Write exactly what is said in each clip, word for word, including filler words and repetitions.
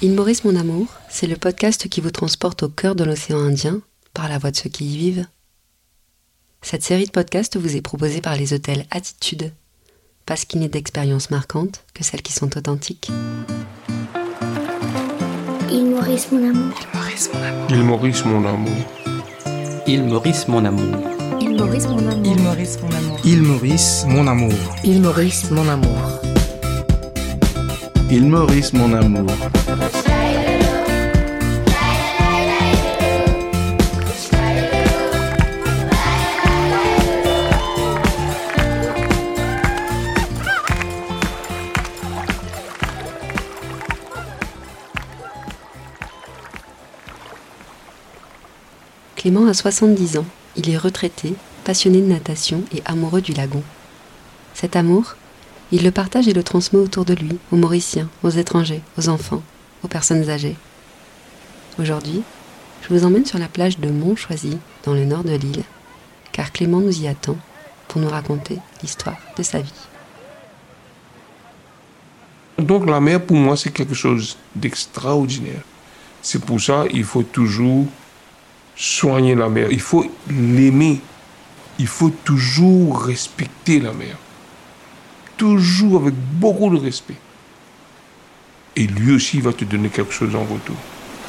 Île Maurice, mon amour, c'est le podcast qui vous transporte au cœur de l'océan Indien par la voix de ceux qui y vivent. Cette série de podcasts vous est proposée par les hôtels Attitude, parce qu'il n'est d'expériences marquantes que celles qui sont authentiques. Île Maurice, mon amour. Île Maurice, mon amour. Île Maurice, mon amour. Île Maurice, mon amour. Île Maurice, mon amour. Île Maurice, mon amour. Île Maurice, mon amour. Île Maurice, mon amour. Clément a soixante-dix ans, il est retraité, passionné de natation et amoureux du lagon. Cet amour, il le partage et le transmet autour de lui, aux Mauriciens, aux étrangers, aux enfants, aux personnes âgées. Aujourd'hui, je vous emmène sur la plage de Montchoisy, dans le nord de l'île, car Clément nous y attend pour nous raconter l'histoire de sa vie. Donc la mer, pour moi, c'est quelque chose d'extraordinaire. C'est pour ça qu'il faut toujours soigner la mer. Il faut l'aimer. Il faut toujours respecter la mer. Toujours avec beaucoup de respect. Et lui aussi, il va te donner quelque chose en retour.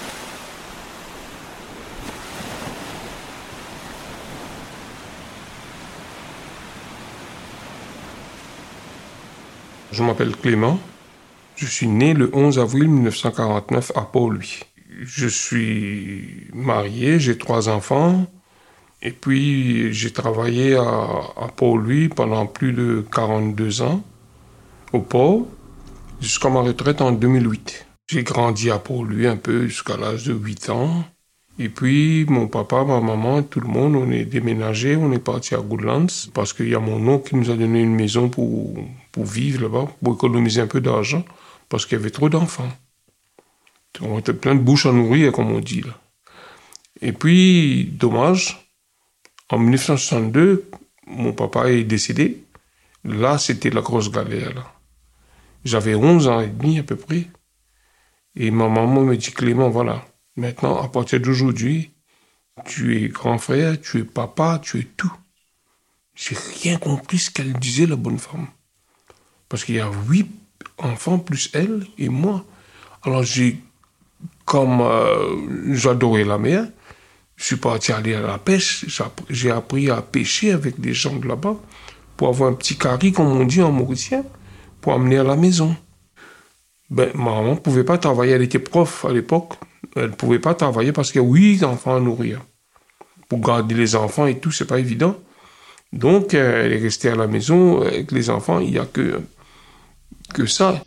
Je m'appelle Clément. Je suis né le onze avril mille neuf cent quarante-neuf à Port-Louis. Je suis marié, j'ai trois enfants. Et puis, j'ai travaillé à, à Port-Louis pendant plus de quarante-deux ans, au port, jusqu'à ma retraite en deux mille huit. J'ai grandi à Port-Louis un peu jusqu'à l'âge de huit ans. Et puis, mon papa, ma maman, tout le monde, on est déménagé, on est parti à Goodlands, parce qu'il y a mon oncle qui nous a donné une maison pour, pour vivre là-bas, pour économiser un peu d'argent, parce qu'il y avait trop d'enfants. On était plein de bouches à nourrir, comme on dit, là. Et puis, dommage, en mille neuf cent soixante-deux, mon papa est décédé. Là, c'était la grosse galère, là. J'avais onze ans et demi, à peu près. Et ma maman me dit, Clément, voilà, maintenant, à partir d'aujourd'hui, tu es grand frère, tu es papa, tu es tout. J'ai rien compris ce qu'elle disait, la bonne femme. Parce qu'il y a huit enfants, plus elle et moi. Alors, j'ai, comme euh, j'adorais la mer, je suis parti aller à la pêche. J'ai appris à pêcher avec des gens de là-bas pour avoir un petit carry, comme on dit en mauricien, pour amener à la maison. Ben, ma maman ne pouvait pas travailler. Elle était prof à l'époque. Elle ne pouvait pas travailler parce qu'il y a huit enfants à nourrir. Pour garder les enfants et tout, c'est pas évident. Donc, elle est restée à la maison avec les enfants. Il n'y a que, que ça.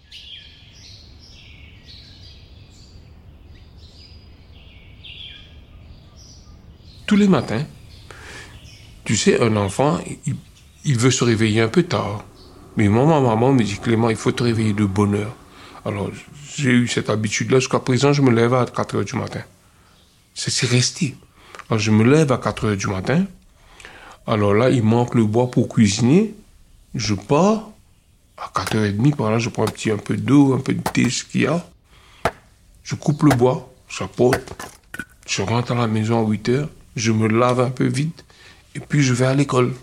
Tous les matins, tu sais, un enfant, il, il veut se réveiller un peu tard. Mais moi, ma maman me dit, Clément, il faut te réveiller de bonne heure. Alors, j'ai eu cette habitude-là. Jusqu'à présent, je me lève à quatre heures du matin. C'est, c'est resté. Alors, je me lève à quatre heures du matin. Alors là, il manque le bois pour cuisiner. Je pars. À quatre heures trente, par là, je prends un petit un peu d'eau, un peu de thé, ce qu'il y a. Je coupe le bois, j'apporte. Je rentre à la maison à huit heures. Je me lave un peu vite, et puis je vais à l'école.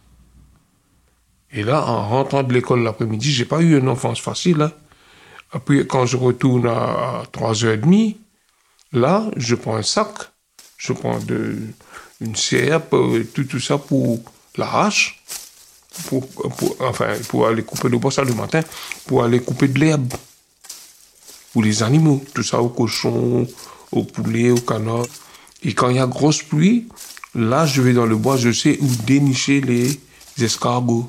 Et là, en rentrant de l'école l'après-midi, j'ai pas eu une enfance facile, hein. Après, quand je retourne à trois heures trente, là, je prends un sac, je prends de, une serpe, tout, tout ça pour la hache, pour, pour, enfin, pour aller couper le bois ça le matin, pour aller couper de l'herbe, pour les animaux, tout ça, aux cochons, aux poulets, aux canards. Et quand il y a grosse pluie, là, je vais dans le bois, je sais où dénicher les escargots.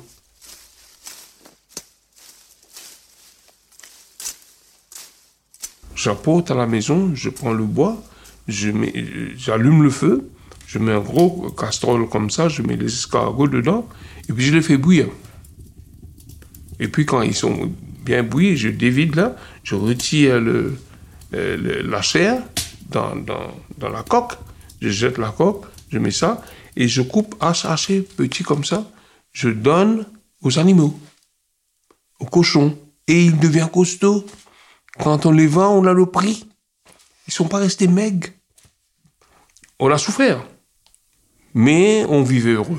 J'apporte à la maison, je prends le bois, je mets, j'allume le feu, je mets un gros casserole comme ça, je mets les escargots dedans, et puis je les fais bouillir. Et puis quand ils sont bien bouillis, je dévide là, je retire le, le, la chair dans, dans, dans la coque, je jette la coque, je mets ça, et je coupe hache haché, petit comme ça, je donne aux animaux, aux cochons, et il devient costaud. Quand on les vend, on a le prix. Ils ne sont pas restés maigres. On a souffert. Mais on vivait heureux.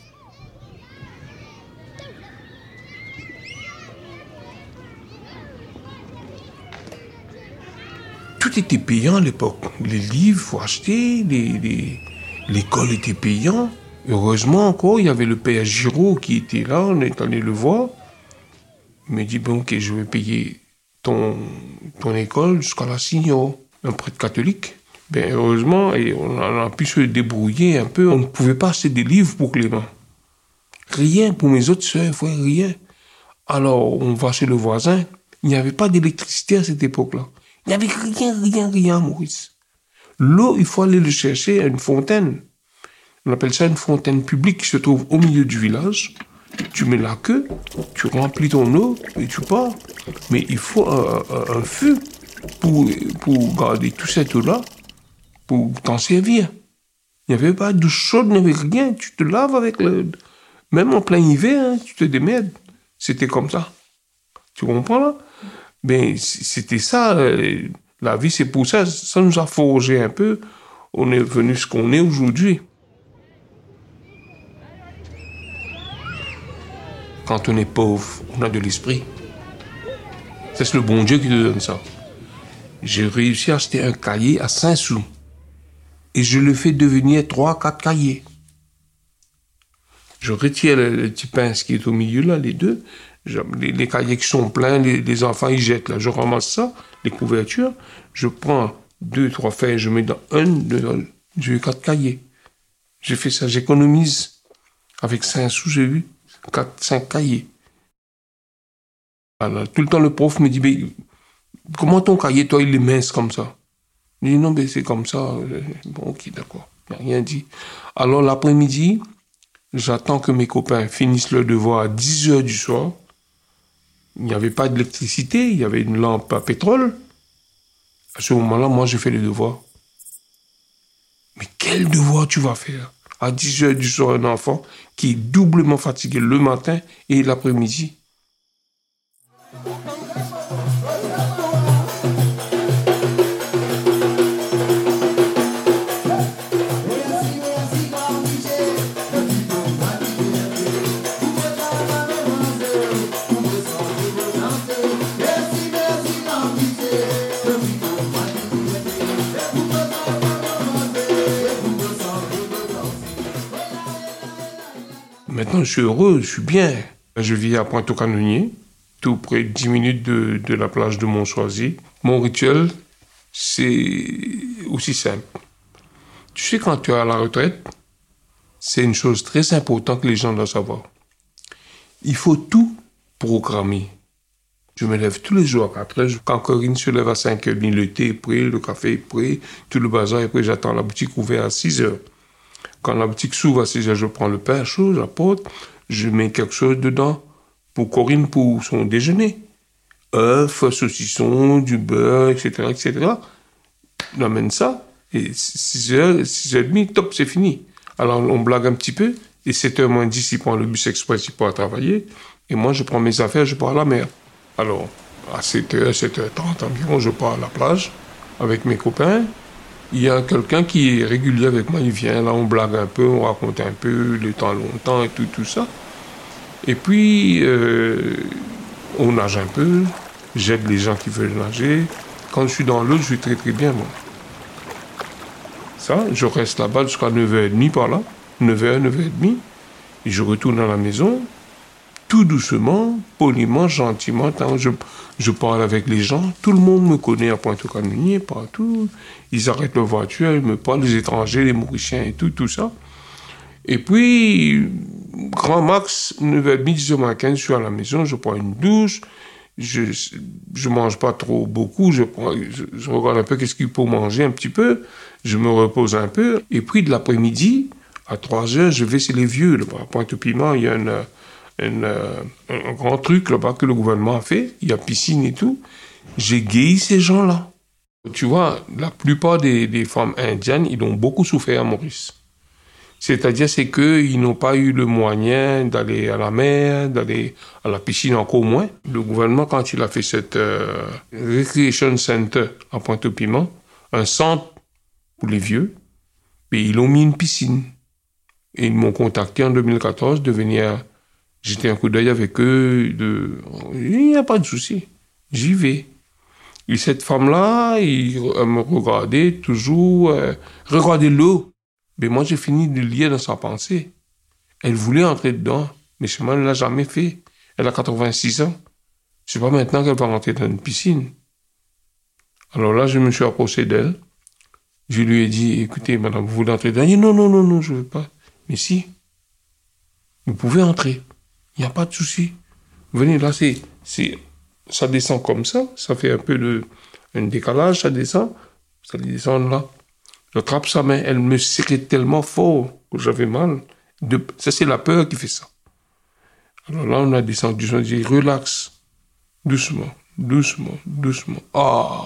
Tout était payant à l'époque. Les livres, il faut acheter, les, les, l'école était payante. Heureusement encore, il y avait le père Giraud qui était là, on est allé le voir. Il m'a dit, bon, ok, je vais payer ton, ton école jusqu'à la signaux. Un prêtre catholique. Ben, heureusement, et on a, on a pu se débrouiller un peu. On ne pouvait pas acheter des livres pour Clément. Rien pour mes autres sœurs, frères, rien. Alors, on va chez le voisin. Il n'y avait pas d'électricité à cette époque-là. Il n'y avait rien, rien, rien, Maurice. L'eau, il faut aller le chercher à une fontaine. On appelle ça une fontaine publique qui se trouve au milieu du village. Tu mets la queue, tu remplis ton eau et tu pars. Mais il faut un, un, un feu pour, pour garder toute cette eau-là, pour t'en servir. Il n'y avait pas de douche chaude, il n'y avait rien. Tu te laves avec le... Même en plein hiver, hein, tu te démerdes. C'était comme ça. Tu comprends là? Ben, c'était ça. Euh, la vie, c'est pour ça. Ça nous a forgé un peu. On est venu ce qu'on est aujourd'hui. Quand on est pauvre, on a de l'esprit. C'est le bon Dieu qui te donne ça. J'ai réussi à acheter un cahier à cinq sous. Et je le fais devenir trois, quatre cahiers. Je retire le, le petit pince qui est au milieu, là, les deux. Je, les, les cahiers qui sont pleins, les, les enfants, ils jettent, là. Je ramasse ça, les couvertures. Je prends deux, trois feuilles, je mets dans un, deux, j'ai eu quatre cahiers. J'ai fait ça, j'économise. Avec cinq sous, j'ai eu quatre, cinq cahiers. Alors, tout le temps, le prof me dit, mais comment ton cahier, toi, il est mince comme ça? Je dis, non, mais c'est comme ça. Bon, ok, d'accord. Il n'a rien dit. Alors, l'après-midi, j'attends que mes copains finissent leur devoir à dix heures du soir. Il n'y avait pas d'électricité, il y avait une lampe à pétrole. À ce moment-là, moi, je fais les devoirs. Mais quel devoir tu vas faire? À dix heures du soir, un enfant qui est doublement fatigué le matin et l'après-midi. Maintenant, je suis heureux, je suis bien. Je vis à Pointe-aux-Canonniers, tout près de dix minutes de, de la plage de Montchoisy. Mon rituel, c'est aussi simple. Tu sais, quand tu es à la retraite, c'est une chose très importante que les gens doivent savoir. Il faut tout programmer. Je me lève tous les jours à quatre heures. Quand Corinne se lève à cinq heures, le thé est prêt, le café est prêt, tout le bazar est prêt, j'attends la boutique ouverte à six heures. Quand la boutique s'ouvre à six heures, je prends le pain chaud, j'apporte, je mets quelque chose dedans pour Corinne pour son déjeuner. Œufs, saucissons, du beurre, et cetera, et cetera. On amène ça, et six heures, six heures trente, top, c'est fini. Alors on blague un petit peu, et sept heures moins dix, il prend le bus express, il part travailler, et moi je prends mes affaires, je pars à la mer. Alors, à sept heures, sept heures trente environ, je pars à la plage avec mes copains. Il y a quelqu'un qui est régulier avec moi, il vient, là on blague un peu, on raconte un peu le temps longtemps et tout, tout ça. Et puis, euh, on nage un peu, j'aide les gens qui veulent nager. Quand je suis dans l'eau, je suis très très bien, moi. Ça, je reste là-bas jusqu'à neuf heures trente par là, neuf heures, neuf heures trente, et je retourne à la maison, tout doucement, poliment, gentiment, je, je parle avec les gens. Tout le monde me connaît à Pointe-aux-Canonniers, partout. Ils arrêtent leur voiture, ils me parlent, les étrangers, les Mauriciens et tout, tout ça. Et puis, grand max, neuf heures trente, dix heures moins quinze, je suis à la maison, je prends une douche, je je mange pas trop beaucoup, je, prends, je, je regarde un peu qu'est-ce qu'il faut manger un petit peu, je me repose un peu. Et puis, de l'après-midi, à trois heures, je vais chez les vieux. Là, à Pointe-au-Piment, il y a une... Un, euh, un grand truc là-bas que le gouvernement a fait, il y a piscine et tout. J'ai guéri ces gens-là. Tu vois, la plupart des, des femmes indiennes, ils ont beaucoup souffert à Maurice. C'est-à-dire, c'est qu'ils n'ont pas eu le moyen d'aller à la mer, d'aller à la piscine encore moins. Le gouvernement, quand il a fait cette euh, Recreation Center à Pointe-au-Piment, un centre pour les vieux, et ils ont mis une piscine. Et ils m'ont contacté en deux mille quatorze de venir jeter un coup d'œil avec eux. De... Il n'y a pas de souci, j'y vais. Et cette femme-là, il me regardait toujours, euh, regardez l'eau. Mais moi, j'ai fini de lire dans sa pensée. Elle voulait entrer dedans, mais chemin, elle ne l'a jamais fait. Elle a quatre-vingt-six ans. C'est pas maintenant qu'elle va rentrer dans une piscine. Alors là, je me suis approché d'elle. Je lui ai dit, écoutez, madame, vous voulez entrer dedans? Elle dit, non, non, non, non, je ne veux pas. Mais si, vous pouvez entrer. Il n'y a pas de souci. Venez, là, c'est, c'est, ça descend comme ça. Ça fait un peu de, un décalage, ça descend. Ça descend là. J'attrape sa main, elle me serrait tellement fort que j'avais mal. De... Ça, c'est la peur qui fait ça. Alors là, on a descendu, on a dit, relax, doucement, doucement, doucement. Ah!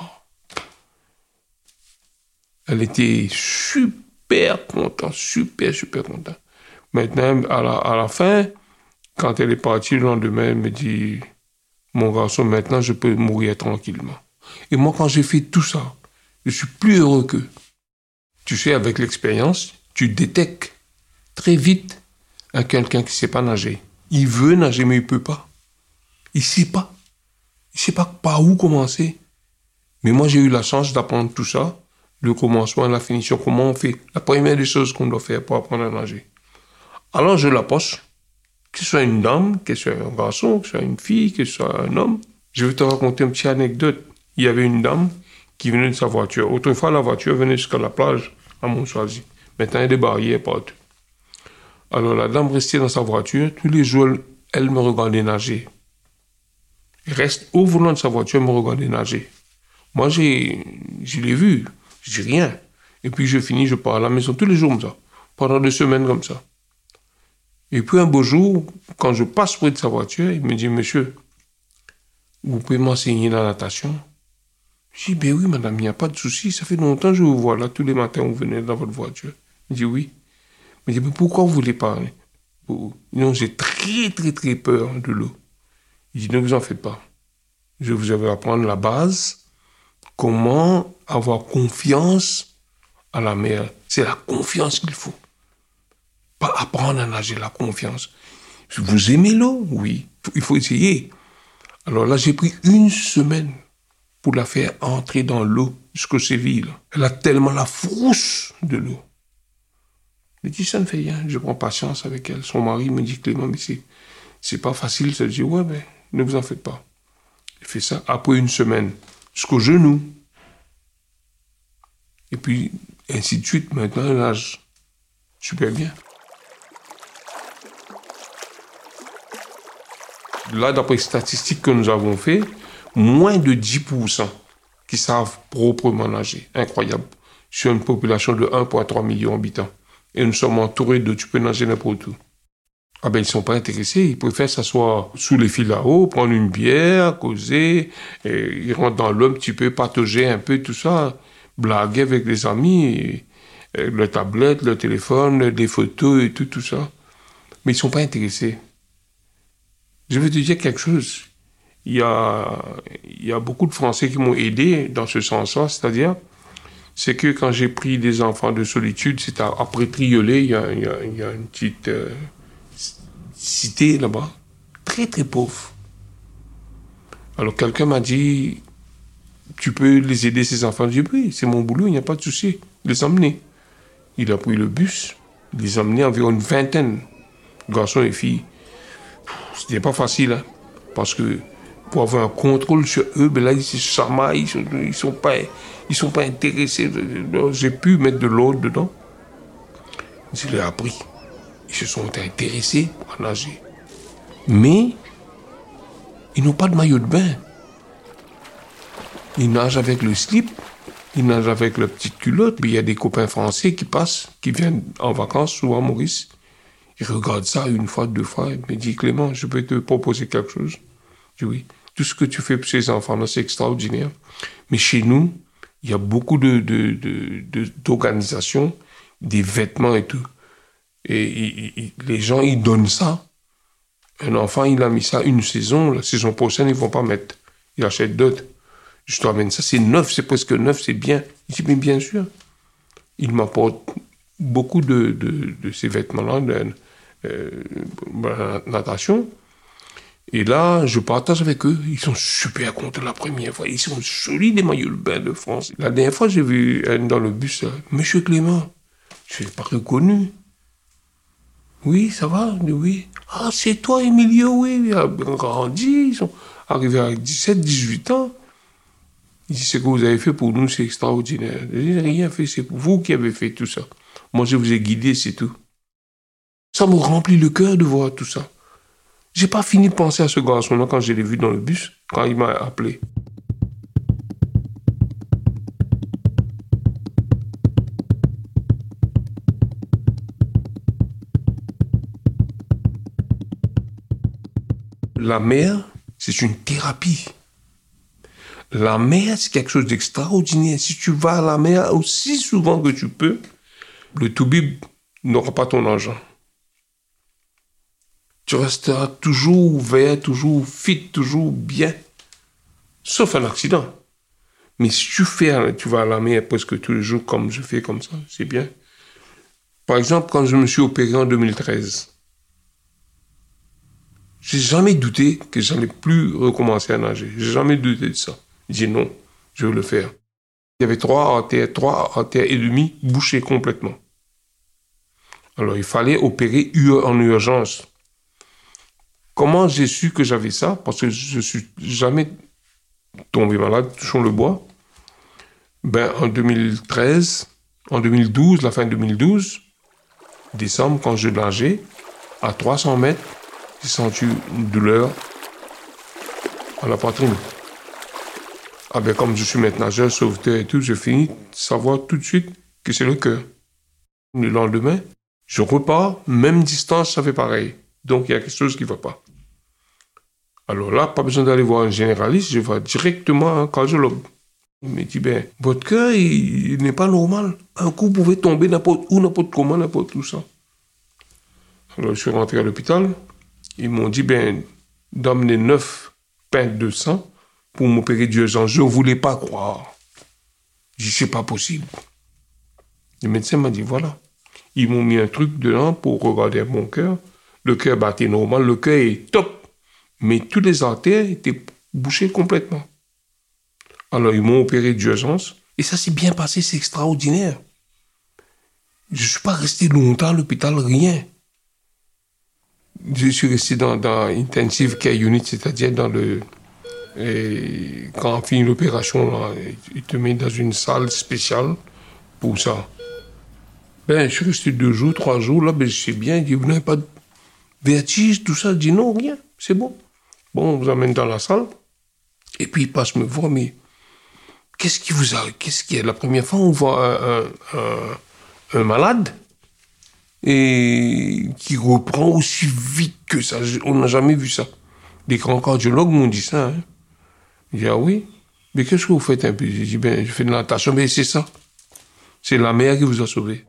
Elle était super contente, super, super contente. Maintenant, à la, à la fin, quand elle est partie le lendemain, elle me dit, mon garçon, maintenant, je peux mourir tranquillement. Et moi, quand j'ai fait tout ça, je suis plus heureux qu'eux. Tu sais, avec l'expérience, tu détectes très vite à quelqu'un qui ne sait pas nager. Il veut nager, mais il ne peut pas. Il ne sait pas. Il ne sait pas par où commencer. Mais moi, j'ai eu la chance d'apprendre tout ça, le commencement, la finition, comment on fait. La première des choses qu'on doit faire pour apprendre à nager. Alors, je l'approche, que ce soit une dame, que ce soit un garçon, que ce soit une fille, que ce soit un homme. Je vais te raconter une petite anecdote. Il y avait une dame qui venait de sa voiture. Autrefois, la voiture venait jusqu'à la plage à Montchoisy. Maintenant, il y a des barrières partout. Alors, la dame restait dans sa voiture. Tous les jours, elle me regardait nager. Elle reste au volant de sa voiture, elle me regardait nager. Moi, j'ai, je l'ai vu. Je dis rien. Et puis, je finis, je pars à la maison tous les jours comme ça. Pendant deux semaines comme ça. Et puis, un beau jour, quand je passe près de sa voiture, il me dit, monsieur, vous pouvez m'enseigner la natation? Je dis, ben oui, madame, il n'y a pas de souci. Ça fait longtemps que je vous vois là, tous les matins, vous venez dans votre voiture. Il dit, oui. Il me dit, mais pourquoi vous voulez pas? Non, j'ai très, très, très peur de l'eau. Il dit, ne vous en faites pas. Je vous vais apprendre la base. Comment avoir confiance à la mer. C'est la confiance qu'il faut. Pas apprendre à nager, la confiance. Vous aimez l'eau? Oui. Il faut essayer. Alors là, j'ai pris une semaine pour la faire entrer dans l'eau jusqu'aux chevilles. Elle a tellement la frousse de l'eau. Je dis, ça ne fait rien, je prends patience avec elle. Son mari me dit, Clément, mais c'est, c'est pas facile. Je dis, ouais, mais ne vous en faites pas. Il fait ça après une semaine, jusqu'au genou. Et puis, ainsi de suite, maintenant, elle nage super bien. Là, d'après les statistiques que nous avons fait, moins de dix pour cent qui savent proprement nager. Incroyable. Sur une population de un virgule trois million d'habitants. Et nous sommes entourés de tu peux nager n'importe où. Ah ben, ils ne sont pas intéressés. Ils préfèrent s'asseoir sous les fils là-haut, prendre une bière, causer. Et ils rentrent dans l'eau un petit peu, patauger un peu, tout ça. Blaguer avec les amis. Et, et le tablette, le téléphone, des photos et tout, tout ça. Mais ils ne sont pas intéressés. Je veux te dire quelque chose. Il y a, il y a beaucoup de Français qui m'ont aidé dans ce sens-là, c'est-à-dire, c'est que quand j'ai pris des enfants de solitude, c'est après Triolet, il y a, il y a, il y a une petite euh, cité là-bas, très très pauvre. Alors quelqu'un m'a dit, tu peux les aider ces enfants? J'ai dit, oui, c'est mon boulot, il n'y a pas de souci. Les emmener. Il a pris le bus, il les a emmenés environ une vingtaine, garçons et filles. C'était pas facile, hein, parce que pour avoir un contrôle sur eux, ben là, ils se chamaillent, ils sont, ils sont pas, ils sont pas intéressés. J'ai pu mettre de l'eau dedans. Je l'ai appris. Ils se sont intéressés à nager. Mais, ils n'ont pas de maillot de bain. Ils nagent avec le slip, ils nagent avec la petite culotte. Mais il y a des copains français qui passent, qui viennent en vacances, souvent à Maurice. Ils regardent ça une fois, deux fois. Ils me disent, Clément, je peux te proposer quelque chose? Je dis oui. Tout ce que tu fais pour ces enfants-là, c'est extraordinaire. Mais chez nous, il y a beaucoup de, de, de, de, d'organisations, des vêtements et tout. Et il, il, les gens, ils donnent ça. Un enfant, il a mis ça une saison. La saison prochaine, ils ne vont pas mettre. Il achète d'autres. Je te ramène ça, c'est neuf, c'est presque neuf, c'est bien. Il dit, mais bien sûr. Il m'apporte beaucoup de, de, de ces vêtements-là, de euh, la natation. Et là, je partage avec eux. Ils sont super contents la première fois. Ils sont jolis, les maillots de bain de France. La dernière fois, j'ai vu un dans le bus, là, Monsieur Clément. Je ne l'ai pas reconnu. Oui, ça va? Oui. Ah, c'est toi, Emilio, oui. Ils ont grandi. Ils sont arrivés à dix-sept, dix-huit ans. Il dit, ce que vous avez fait pour nous, c'est extraordinaire. Je n'ai rien fait, c'est vous qui avez fait tout ça. Moi, je vous ai guidé, c'est tout. Ça me remplit le cœur de voir tout ça. J'ai pas fini de penser à ce garçon-là quand je l'ai vu dans le bus, quand il m'a appelé. La mer, c'est une thérapie. La mer, c'est quelque chose d'extraordinaire. Si tu vas à la mer aussi souvent que tu peux, le toubib n'aura pas ton argent. Tu resteras toujours ouvert, toujours fit, toujours bien. Sauf un accident. Mais si tu fais, tu vas à la mer presque tous les jours comme je fais comme ça, c'est bien. Par exemple, quand je me suis opéré en deux mille treize, j'ai jamais douté que j'allais plus recommencer à nager. J'ai jamais douté de ça. J'ai dit non, je veux le faire. Il y avait trois artères, trois artères et demie bouchées complètement. Alors il fallait opérer en urgence. Comment j'ai su que j'avais ça? Parce que je suis jamais tombé malade, touchons le bois. Ben, en deux mille treize, en deux mille douze, la fin deux mille douze, décembre, quand je nageais, à trois cents mètres, j'ai senti une douleur à la poitrine. Ah ben, comme je suis maître nageur, sauveteur et tout, j'ai fini de savoir tout de suite que c'est le cœur. Le lendemain, je repars, même distance, ça fait pareil. Donc, il y a quelque chose qui ne va pas. Alors là, pas besoin d'aller voir un généraliste, je vais directement à un cardiologue. Il me dit, ben, votre cœur, il, il n'est pas normal. Un coup, vous pouvez tomber n'importe où, n'importe comment, n'importe où ça. Alors, je suis rentré à l'hôpital. Ils m'ont dit, ben, d'emmener neuf pintes de sang pour m'opérer d'urgence. Je ne voulais pas croire. J'ai dit, c'est pas possible. Le médecin m'a dit, voilà. Ils m'ont mis un truc dedans pour regarder mon cœur. Le cœur battait normal, le cœur est top. Mais tous les artères étaient bouchées complètement. Alors, ils m'ont opéré d'urgence. Et ça s'est bien passé, c'est extraordinaire. Je ne suis pas resté longtemps à l'hôpital, rien. Je suis resté dans, dans Intensive Care Unit, c'est-à-dire dans le... Et quand on finit l'opération, là, ils te mettent dans une salle spéciale pour ça. Ben, je suis resté deux jours, trois jours, là, ben, je sais bien, il dit, vous n'avez pas de vertige, tout ça. Je dis, non, rien, c'est bon. Bon, on vous amène dans la salle, et puis il passe me voir, mais qu'est-ce qui vous a, qu'est-ce qui est la première fois on voit un, un, un, un malade et qui reprend aussi vite que ça. On n'a jamais vu ça. Les grands cardiologues m'ont dit ça. Hein. Je dis, ah oui, mais qu'est-ce que vous faites un peu? J'ai dit, ben, je fais de la natation, mais c'est ça. C'est la mer qui vous a sauvé.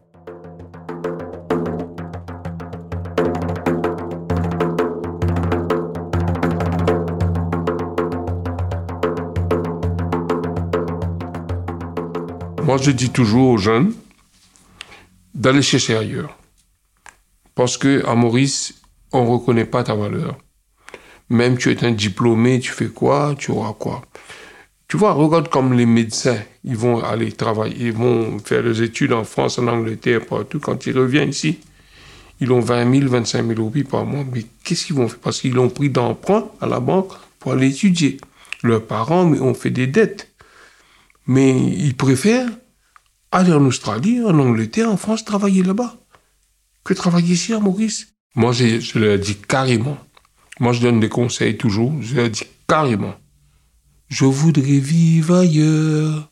Moi, je dis toujours aux jeunes d'aller chercher ailleurs. Parce qu'à Maurice, on ne reconnaît pas ta valeur. Même tu es un diplômé, tu fais quoi, tu auras quoi. Tu vois, regarde comme les médecins, ils vont aller travailler, ils vont faire leurs études en France, en Angleterre, partout. Quand ils reviennent ici, ils ont vingt mille, vingt-cinq mille roupies par mois. Mais qu'est-ce qu'ils vont faire? Parce qu'ils l'ont pris d'emprunt à la banque pour aller étudier. Leurs parents ont fait des dettes. Mais ils préfèrent aller en Australie, en Angleterre, en France, travailler là-bas, que travailler ici à Maurice. Moi, je, je leur dis carrément. Moi, je donne des conseils toujours. Je leur dis carrément. Je voudrais vivre ailleurs.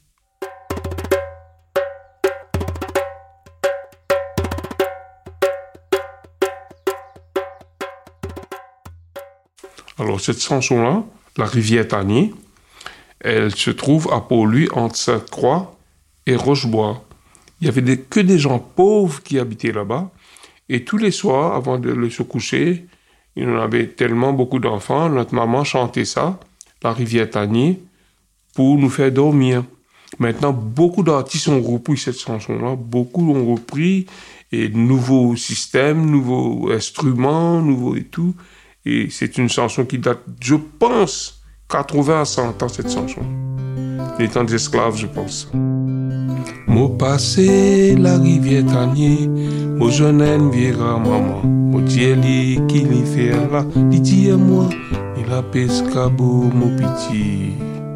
Alors, cette chanson-là, La rivière Tanier, elle se trouve à Port-Louis, entre Sainte-Croix et Rochebois. Il y avait des, que des gens pauvres qui habitaient là-bas. Et tous les soirs, avant de le se coucher, il en avait tellement beaucoup d'enfants, notre maman chantait ça, La rivière Tanier, pour nous faire dormir. Maintenant, beaucoup d'artistes ont repris cette chanson-là, beaucoup l'ont repris, et nouveaux systèmes, nouveaux instruments, nouveaux et tout. Et c'est une chanson qui date, je pense, quatre-vingts à cent ans, cette chanson. Les temps des esclaves, je pense. Mo passé la rivière Tanier, mo jeune viera maman, mo dieli qui li fait là, li dit à moi, il a pescabo mo piti.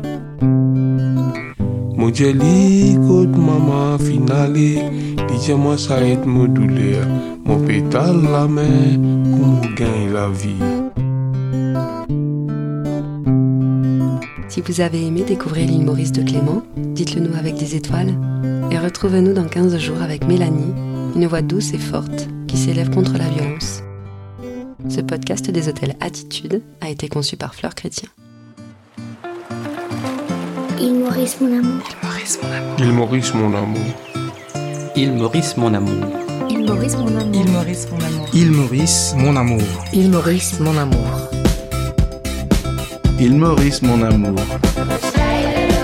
Mo dieli côte maman finale, li dit à moi ça est mo douleur, mo pétale la main pour mo gagner la vie. Si vous avez aimé découvrir l'île Maurice de Clément, dites-le nous avec des étoiles et retrouvez-nous dans quinze jours avec Mélanie, une voix douce et forte qui s'élève contre la violence. Ce podcast des hôtels Attitude a été conçu par Fleur Chrétien. Île Maurice, mon amour. Il Maurice, mon amour. Il Maurice, mon amour. Île Maurice, mon amour. Île Maurice, mon amour. Île Maurice, mon amour. Île Maurice, mon amour. Île Maurice, mon amour.